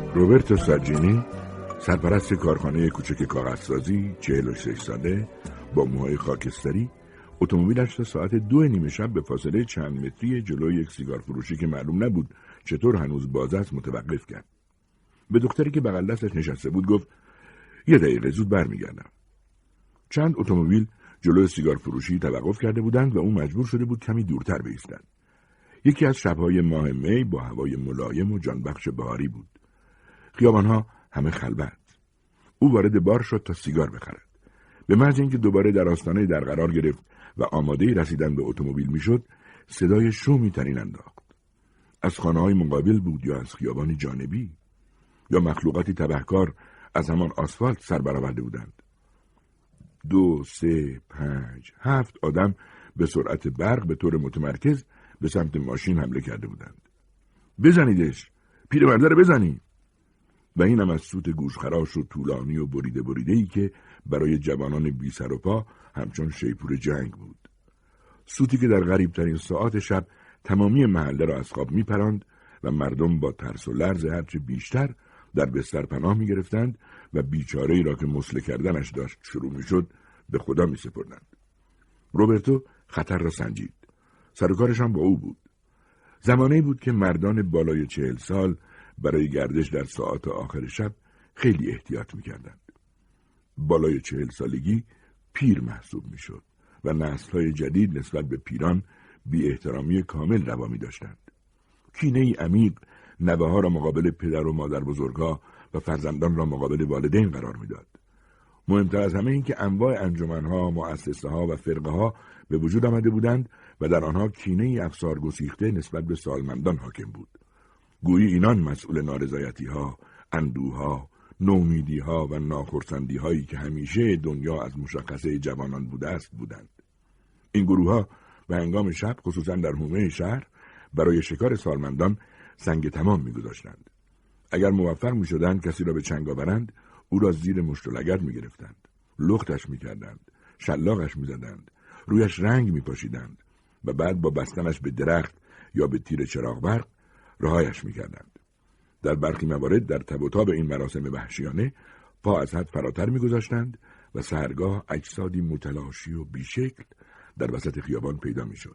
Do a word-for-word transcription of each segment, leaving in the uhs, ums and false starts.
روبرتو ساجینی، سرپرست کارخانه کوچک کاغذسازی، چهل و شش ساله، با موهای خاکستری، اتومبیلش تا ساعت دو نیمه شب به فاصله چند متری جلوی یک سیگار فروشی که معلوم نبود چطور هنوز باز است متوقف کرد. به دختری که بغل دستش نشسته بود گفت یه دقیقه زود برمیگردم. چند اتومبیل جلوی سیگار فروشی توقف کرده بودند و او مجبور شده بود کمی دورتر بایستد. یکی از شب‌های ماه می با هوای ملایم و جانبخش بهاری بود. خیابان‌ها همه خلوت. او وارد بار شد تا سیگار بخرد. به محض اینکه دوباره در آستانه در قرار گرفت و آماده رسیدن به اتومبیل میشد، صدای شومی ترین انداخت. از خانه‌های مقابل بود یا از خیابان جانبی، یا مخلوقاتی تبهکار از همان آسفالت سر برآورده بودند. دو، سه، پنج، هفت آدم به سرعت برق به طور متمرکز به سمت ماشین حمله کرده بودند. بزنیدش! پیرمرده رو بزنید! و این هم از سوت گوشخراش و طولانی و بریده بریده‌ای که برای جوانان بی سر و پا همچون شیپور جنگ بود. سوتی که در غریبترین ساعات شب تمامی محله را از خواب میپراند و مردم با ترس و لرز هرچه بیشتر در بستر پناه میگرفتند و بیچاره‌ای را که مسله کردنش داشت شروع میشد به خدا میسپردند. روبرتو خطر را سنجید. سر و کارش هم با او بود. زمانی بود که مردان بالای چهل سال برای گردش در ساعات آخر شب خیلی احتیاط میکردند. بالای چهل سالگی پیر محسوب میشد و نسل‌های جدید نسبت به پیران بی احترامی کامل روا می داشتند. کینه‌ای عمیق نوه‌ها را مقابل پدر و مادر بزرگها و فرزندان را مقابل والدین قرار میداد. مهمتر از همه این که انواع انجمن‌ها، مؤسسه‌ها و فرقه‌ها به وجود آمده بودند و در آنها کینه‌ای افسار گسیخته نسبت به سالمندان حاکم بود. گویی اینان مسئول نارضایتی‌ها، اندوه‌ها، نومیدی‌ها و ناخرسندی‌هایی که همیشه دنیا از مشخصه جوانان بوده است بودند. این گروه‌ها به هنگام شب خصوصا در حومه شهر برای شکار سالمندان سنگ تمام می‌گذاشتند. اگر موفق می‌شدند کسی را به چنگ آورند، او را زیر مشت و لگد می‌گرفتند، لختش می‌کردند، شلاقش می‌زدند، رویش رنگ می‌پاشیدند و بعد با بستنش به درخت یا به تیر چراغ برق رهایش می‌کردند. در برخی موارد در تب و تاب این مراسم وحشیانه پا از حد فراتر می‌گذاشتند و سحرگاه اجسادی متلاشی و بیشکل در وسط خیابان پیدا می‌شد.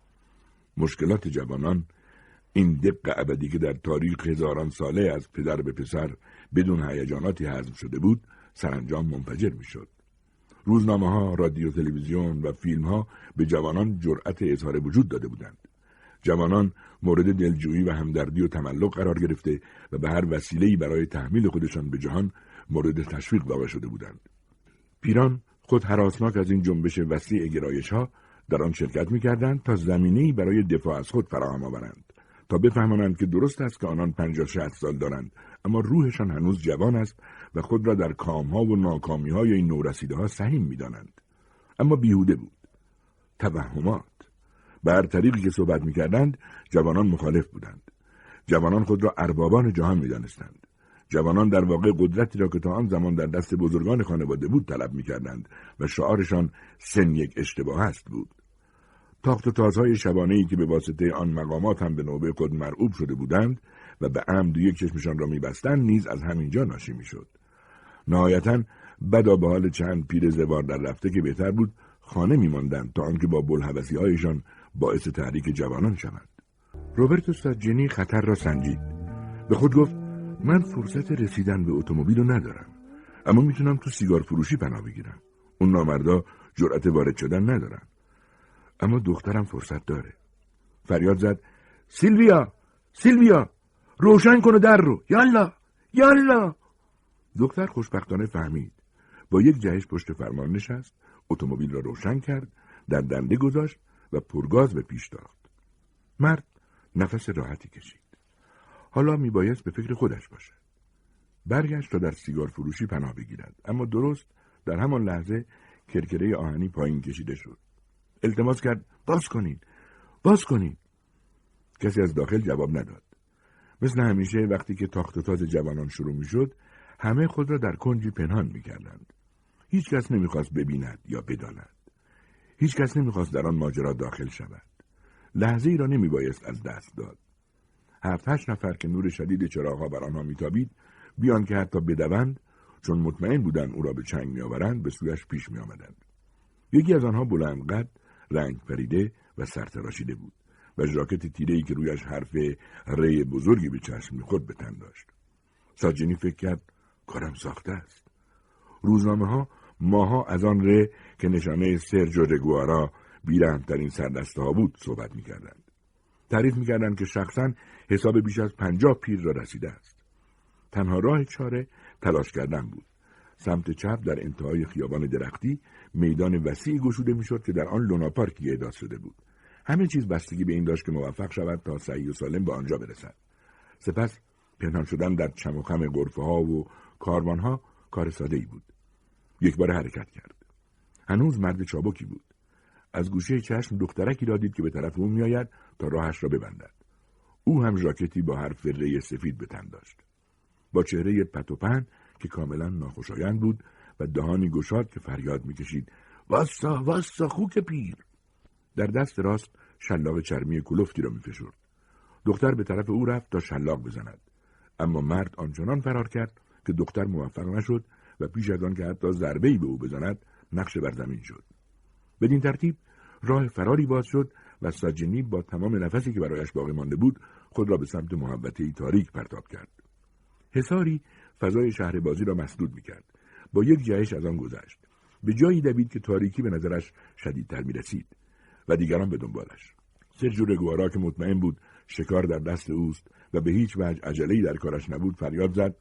مشکلات جوانان، این دق ابدی که در تاریخ هزاران ساله از پدر به پسر بدون هیجاناتی هضم شده بود، سرانجام منفجر می‌شد. روزنامه‌ها، رادیو، تلویزیون و فیلم‌ها به جوانان جرأت اظهار وجود داده بودند. جوانان مورد دلجویی و همدردی و تملق قرار گرفته و به هر وسیله‌ای برای تحمیل خودشان به جهان مورد تشویق واقع شده بودند. پیران خود هراسناک از این جنبش وسیع گرایش‌ها در آن شرکت می‌کردند تا زمینه‌ای برای دفاع از خود فراهم آورند، تا بفهمانند که درست است که آنان پنجاه شصت سال دارند، اما روحشان هنوز جوان است و خود را در کام‌ها و ناکامی‌های این نورسیده‌ها سهیم می‌دانند. اما بیهوده بود. توهمات. به هر طریقی که صحبت می‌کردند، جوانان مخالف بودند. جوانان خود را اربابان جهان می‌دانستند. جوانان در واقع قدرتی را که تا آن زمان در دست بزرگان خانواده بود طلب می‌کردند و شعارشان سن یک اشتباه است بود. تاخت و تازهای شبانه‌ای که به واسطه آن مقامات هم به نوبه خود مرعوب شده بودند و به عمد یک چشمشان را می‌بستند نیز از همینجا ناشی می‌شد. نهایتاً بدا به حال چند پیر زوار در رفته که بهتر بود خانه می‌ماندند تا آنکه با بوالهوسی‌هایشان باعث تحریک جوانان شوند. روبرتو ساجینی خطر را سنجید. به خود گفت من فرصت رسیدن به اتومبیل رو ندارم، اما میتونم تو سیگار فروشی پناه بگیرم. اون نامردا جرأت وارد شدن ندارن. اما دخترم فرصت داره. فریاد زد سیلویا، سیلویا، روشن کنه در رو، یالا، یالا. دختر خوشبختانه فهمید. با یک جهش پشت فرمان نشست، اتومبیل را روشن کرد، در دنده گذاشت و پرگاز به پیش تاخت. مرد نفس راحتی کشید. حالا میبایست به فکر خودش باشه. برگشت تا در سیگار فروشی پناه بگیرد، اما درست در همان لحظه کرکره آهنی پایین کشیده شد. التماس کرد باز کنین، باز کنین. کسی از داخل جواب نداد. مثل همیشه وقتی که تاخت و تاز جوانان شروع میشد، همه خود را در کنجی پنهان میکردند. هیچ کس نمیخواست ببیند یا بداند. هیچ کس نمیخواست در آن ماجرا داخل شود. لحظه ای را نمیبایست از دست داد. هفت هشت نفر که نور شدید چراغ‌ها بر آنها میتابید، بیان که حتی بدوند، چون مطمئن بودند او را به چنگ میآورند، به سویش پیش میآمدند. یکی از آنها بلند قد، رنگ پریده و سرتراشیده بود و ژاکت تیره‌ای که رویش حرف ری بزرگی به چشم می‌خورد به تن داشت. ساجینی فکر کرد کارم ساخته است. روزنامه‌ها ماها از آن ره که نشانه سرجو رگوارا بیرحم‌ترین سردسته‌ها بود صحبت می‌کردند. تعریف می‌کردند که شخصاً حساب بیش از پنجاه پیر را رسیده است. تنها راه چاره تلاش کردن بود. سمت چپ در انتهای خیابان درختی میدان وسیعی گشوده می‌شد که در آن لوناپارکی احداث شده بود. همه چیز بستگی به این داشت که موفق شود تا صحیح و سالم به آنجا برسد. سپس پنهان شدن در چم و خم غرفه‌ها و کاروان‌ها کار ساده‌ای بود. یک بار حرکت کرد. هنوز مرد چابکی بود. از گوشه چشم دخترکی را دید که به طرف او می‌آید تا راهش را ببندد. او هم ژاکتی با حرف ری سفید به تن داشت. با چهره پت و پهن که کاملا ناخوشایند بود و دهانی گشاد که فریاد می‌کشید: واسا واسا خوک پیر. در دست راست شلاق چرمی کلفتی را می‌فشرد. دختر به طرف او رفت تا شلاق بزند، اما مرد آنچنان فرار کرد که دختر موفق نشد و پیش از آن که حتی ضربه‌ای به او بزند نقش بر زمین شد. بدین ترتیب راه فراری باز شد و ساجینی با تمام نفسی که برایش باقی مانده بود خود را به سمت محوطه‌ای تاریک پرتاب کرد. حصاری فضای شهر بازی را مسدود می‌کرد. با یک جهش از آن گذشت. به جایی دوید که تاریکی به نظرش شدیدتر می‌رسید و دیگران به دنبالش. سرجو رگوارا که مطمئن بود شکار در دست اوست و به هیچ وجه عجله‌ای در کارش نبود فریاد زد: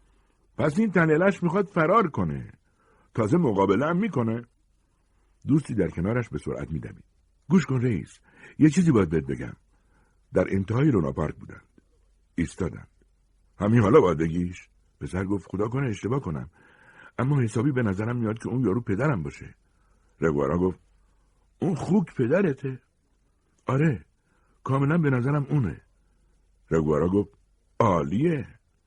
پس این تنلش میخواد فرار کنه. تازه مقابله هم میکنه. دوستی در کنارش به سرعت میدوید. گوش کن رئیس، یه چیزی باید بهت بگم. در انتهای لوناپارک بودند. ایستادند. همین حالا باید بگیش؟ پسر گفت خدا کنه اشتباه کنم، اما حسابی به نظرم میاد که اون یارو پدرم باشه. رگوارا گفت اون خوک پدرته؟ آره، کاملا به نظرم اونه. رگوارا گفت عالیه.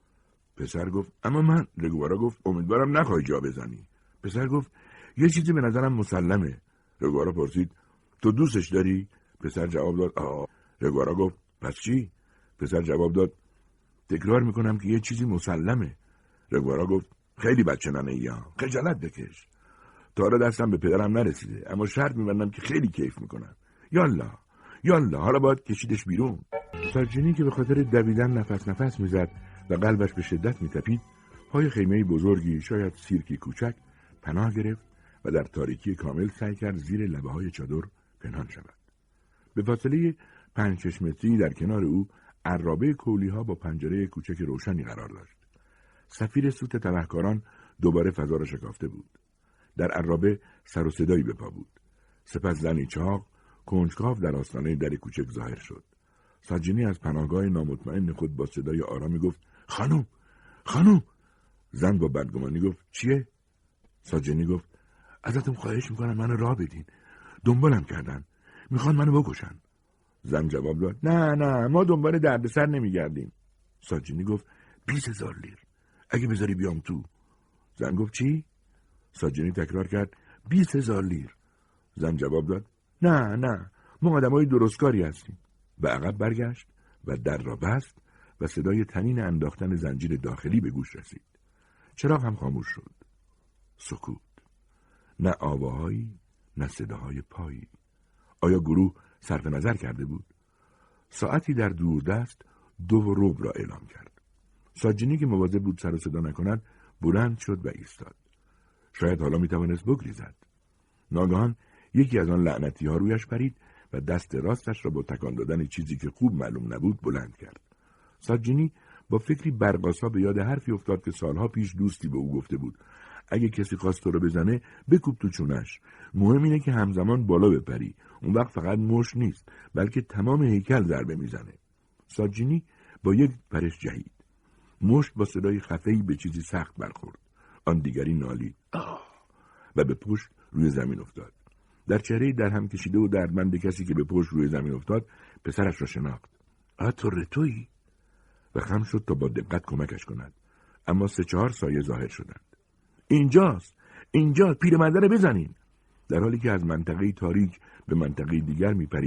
پسر گفت اما من. رگوارا گفت امیدوارم نخوای جا بزنی. پسر گفت یه چیزی به نظرم مسلمه. رگوارا پرسید تو دوستش داری؟ پسر جواب داد آه. رگوارا گفت پس چی؟ پسر جواب داد تکرار میکنم که یه چیزی مسلمه. رگوارا گفت خیلی بچه ننه یا خجالت بکش. تا حالا دستم به پدرم نرسیده، اما شرط میبندم که خیلی کیف میکنم. یالا یالا حالا باید کشیدش بیرون. ساجینی که به خاطر دویدن نفس نفس میزد و قلبش به شدت میتپید، پای خیمه بزرگی شاید سیرکی کوچک پناه گرفت و در تاریکی کامل سعی کرد زیر لبه های چادر پنهان شود. به فاصله پنج شش متری در کنار او عرابه کولی ها با پنجره کوچک روشنی قرار داشت. صفیر سوت تبهکاران دوباره فضا را شکافته بود. در عرابه سر و صدایی به پا بود. سپس زنی چاق کنجکاو در آستانه در کوچک ظاهر شد. ساجینی از پناهگاه نامطمئن خود با صدای آرامی گفت خانم، خانم. زن با بدگمانی گفت چیه؟ ساجینی گفت ازتون خواهش میکنم منو راه بدین. دنبالم کردن. میخوان منو بکشن. زن جواب داد نه نه ما دنبال دردسر نمیگردیم. ساجینی گفت بیست هزار لیر. اگه بذاری بیام تو. زن گفت چی؟ ساجینی تکرار کرد بیست هزار لیر. زن جواب داد نه نه ما آدمای درستکاری هستیم. به عقب برگشت و در را بست و صدای طنین انداختن زنجیر داخلی به گوش رسید. چراغ هم خاموش شد. سکوت. نه آواهایی، نه صداهای پایی. آیا گروه صرف نظر کرده بود؟ ساعتی در دوردست دو و ربع را اعلام کرد. ساجینی که مواظب بود سر و صدا نکند بلند شد و ایستاد. شاید حالا میتوانست بگریزد. ناگهان یکی از آن لعنتی ها رویش پرید و دست راستش را با تکان دادن چیزی که خوب معلوم نبود بلند کرد. ساجینی با فکری برقاسا به یاد حرفی افتاد که سالها پیش دوستی به او گفته بود. اگه کسی خواست تو رو بزنه بکوب تو چونش. مهم اینه که همزمان بالا بپری. اون وقت فقط مشت نیست بلکه تمام هیکل ضربه میزنه. ساجینی با یک پرش جهید. مشت با صدای خفه‌ای به چیزی سخت برخورد. آن دیگری نالید آه و به پشت روی زمین افتاد. در چهره در هم کشیده و دردمند کسی که به پشت روی زمین افتاد پسرش را شناخت. آ تو رتویی؟ و خم شد تا با دقت کمکش کند. اما سه چهار سایه ظاهر شدند. اینجاست، اینجا پیرمرده رو بزنین. در حالی که از منطقه تاریک به منطقه دیگر میپرید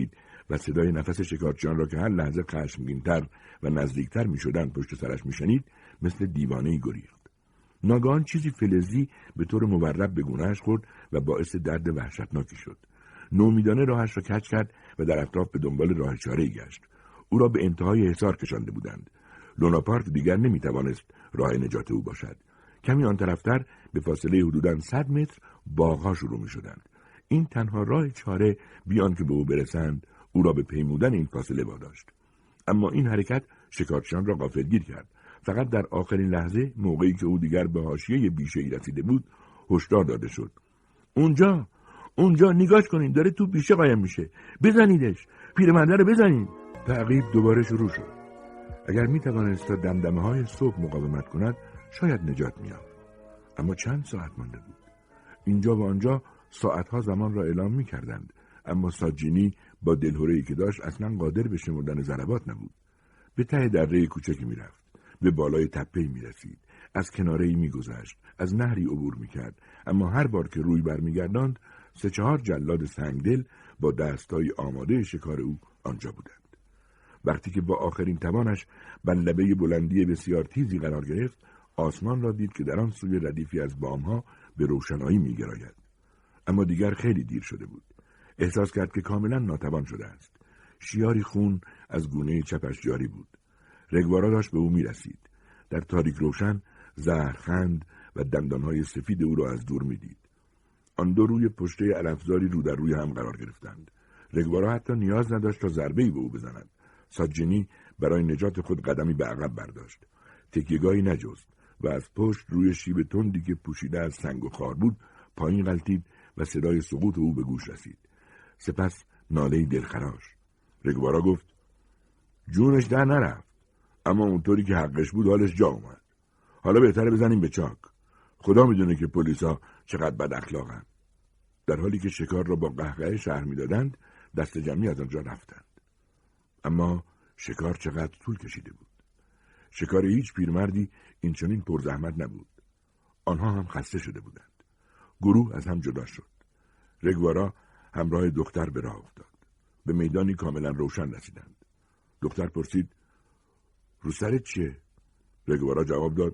و صدای نفس شکارچیان را که هر لحظه خشمگین‌تر و نزدیکتر می‌شدند پشت سرش می‌شنید مثل دیوانه‌ای گریخت. ناگهان چیزی فلزی به طور مورب به گونه‌اش خورد و باعث درد وحشتناکی شد. نومیدانه راهش را کج کرد و در اطراف به دنبال راه چاره‌ای گشت. او را به انتهای حصار کشانده بودند. لوناپارک دیگر نمی‌توانست راه نجات او باشد. کمی آن طرفتر به فاصله حدوداً صد متر باغ‌ها شروع می‌شدند. این تنها راه چاره بیان که به او برسند او را به پیمودن این فاصله واداشت. اما این حرکت شکارچیان را غافلگیر کرد. فقط در آخرین لحظه، موقعی که او دیگر به حاشیه بیشه‌ای رسیده بود، هشدار داده شد. اونجا، اونجا نگاش کنین، داره تو بیشه قایم میشه. بزنیدش، پیرمرده رو بزنین. تعقیب دوباره شروع شد. اگر میتوانست تا دمدمه های صبح مقاومت کند، شاید نجات می‌یافت. اما چند ساعت مانده بود. اینجا و آنجا ساعتها زمان را اعلام می‌کردند، اما ساجینی با دلهره‌ای که داشت اصلاً قادر به شمردن ضربات نبود. به ته دره کوچکی می‌رفت، به بالای تپه‌ای می‌رسید، از کناره‌ای می‌گذشت، از نهری عبور می‌کرد، اما هر بار که روی برمیگرداند، سه چهار جلاد سنگدل با دستای آماده شکار او آنجا بودند. وقتی که با آخرین توانش بر لبه بلندی بسیار تیزی قرار گرفت، آسمان را دید که در آن سوی ردیفی از بام‌ها به روشنایی می‌گراید. اما دیگر خیلی دیر شده بود. احساس کرد که کاملا ناتوان شده است. شیاری خون از گونه چپش جاری بود. رگوارا داشت به او می‌رسید. در تاریک روشن زهرخند و دندانهای سفید او را از دور می‌دید. آن دو روی پشته علفزاری رو در روی هم قرار گرفتند. رگوارا حتی نیاز نداشت تا ضربه‌ای به او بزند. ساجینی برای نجات خود قدمی به عقب برداشت. تکیه‌گاهی نجست و از پشت روی شیب تندی که پوشیده از سنگ و خار بود پایین غلتید و صدای سقوط او به گوش رسید. سپس ناله‌ای دلخراش. رگوارا گفت: جونش در نرفت، اما اونطوری که حقش بود حالش جا اومد. حالا بهتره بزنیم به چاک. خدا میدونه که پلیسا چقدر بد اخلاقن. در حالی که شکار را با قهقه شهر میدادند، دست جمعی از آنجا رفتند. اما شکار چقدر طول کشیده بود. شکار هیچ پیرمردی این چنین پرزحمت نبود. آنها هم خسته شده بودند. گروه از هم جدا شد. رگوارا همراه دختر به راه افتاد. به میدانی کاملا روشن رسیدند. دختر پرسید: رو سرت چیه؟ رگوارا جواب داد: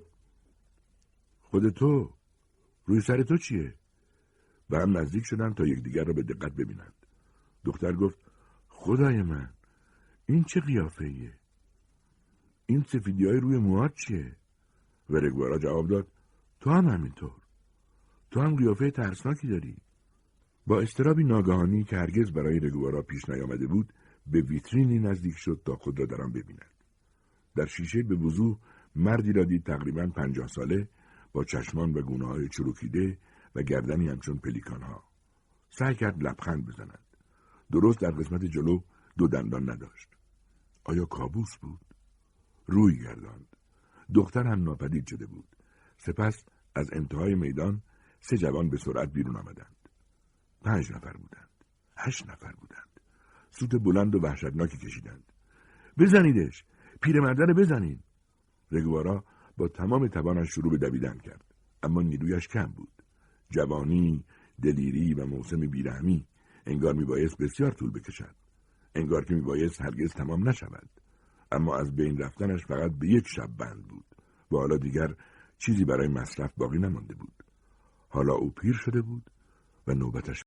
خود تو، روی سر تو چیه؟ به هم نزدیک شدند تا یکدیگر را به دقت ببینند. دختر گفت: خدای من، این چه قیافه‌ایه؟ این سفیدی‌های روی موهات چیه؟ و رگوارا جواب داد: تو هم همینطور. تو هم قیافه ترسناکی داری. با اضطرابی ناگهانی که هرگز برای رگوارا پیش نیامده بود، به ویترینی نزدیک شد تا خود را در آن ببیند. در شیشه به وضوح مردی را دید تقریباً پنجاه ساله، با چشمان و گونه‌های چروکیده و گردنی همچون پلیکان‌ها. سعی کرد لبخند بزند. درست در قسمت جلو دو دندان نداشت. آیا کابوس بود؟ روی گرداند. دختر هم ناپدید شده بود. سپس از انتهای میدان سه جوان به سرعت بیرون آمدند. پنج نفر بودند. هشت نفر بودند. سوت بلند و وحشتناکی کشیدند. بزنیدش! پیرمرده رو بزنین! رگوارا با تمام توانش شروع به دویدن کرد. اما نیرویش کم بود. جوانی، دلیری و موسم بیرحمی انگار میبایست بسیار طول بکشد. انگار که میبایست هرگز تمام نشود. اما از بین رفتنش فقط به یک شب بند بود و حالا دیگر چیزی برای مصرف باقی نمانده بود. حالا او پیر شده بود و نوبتش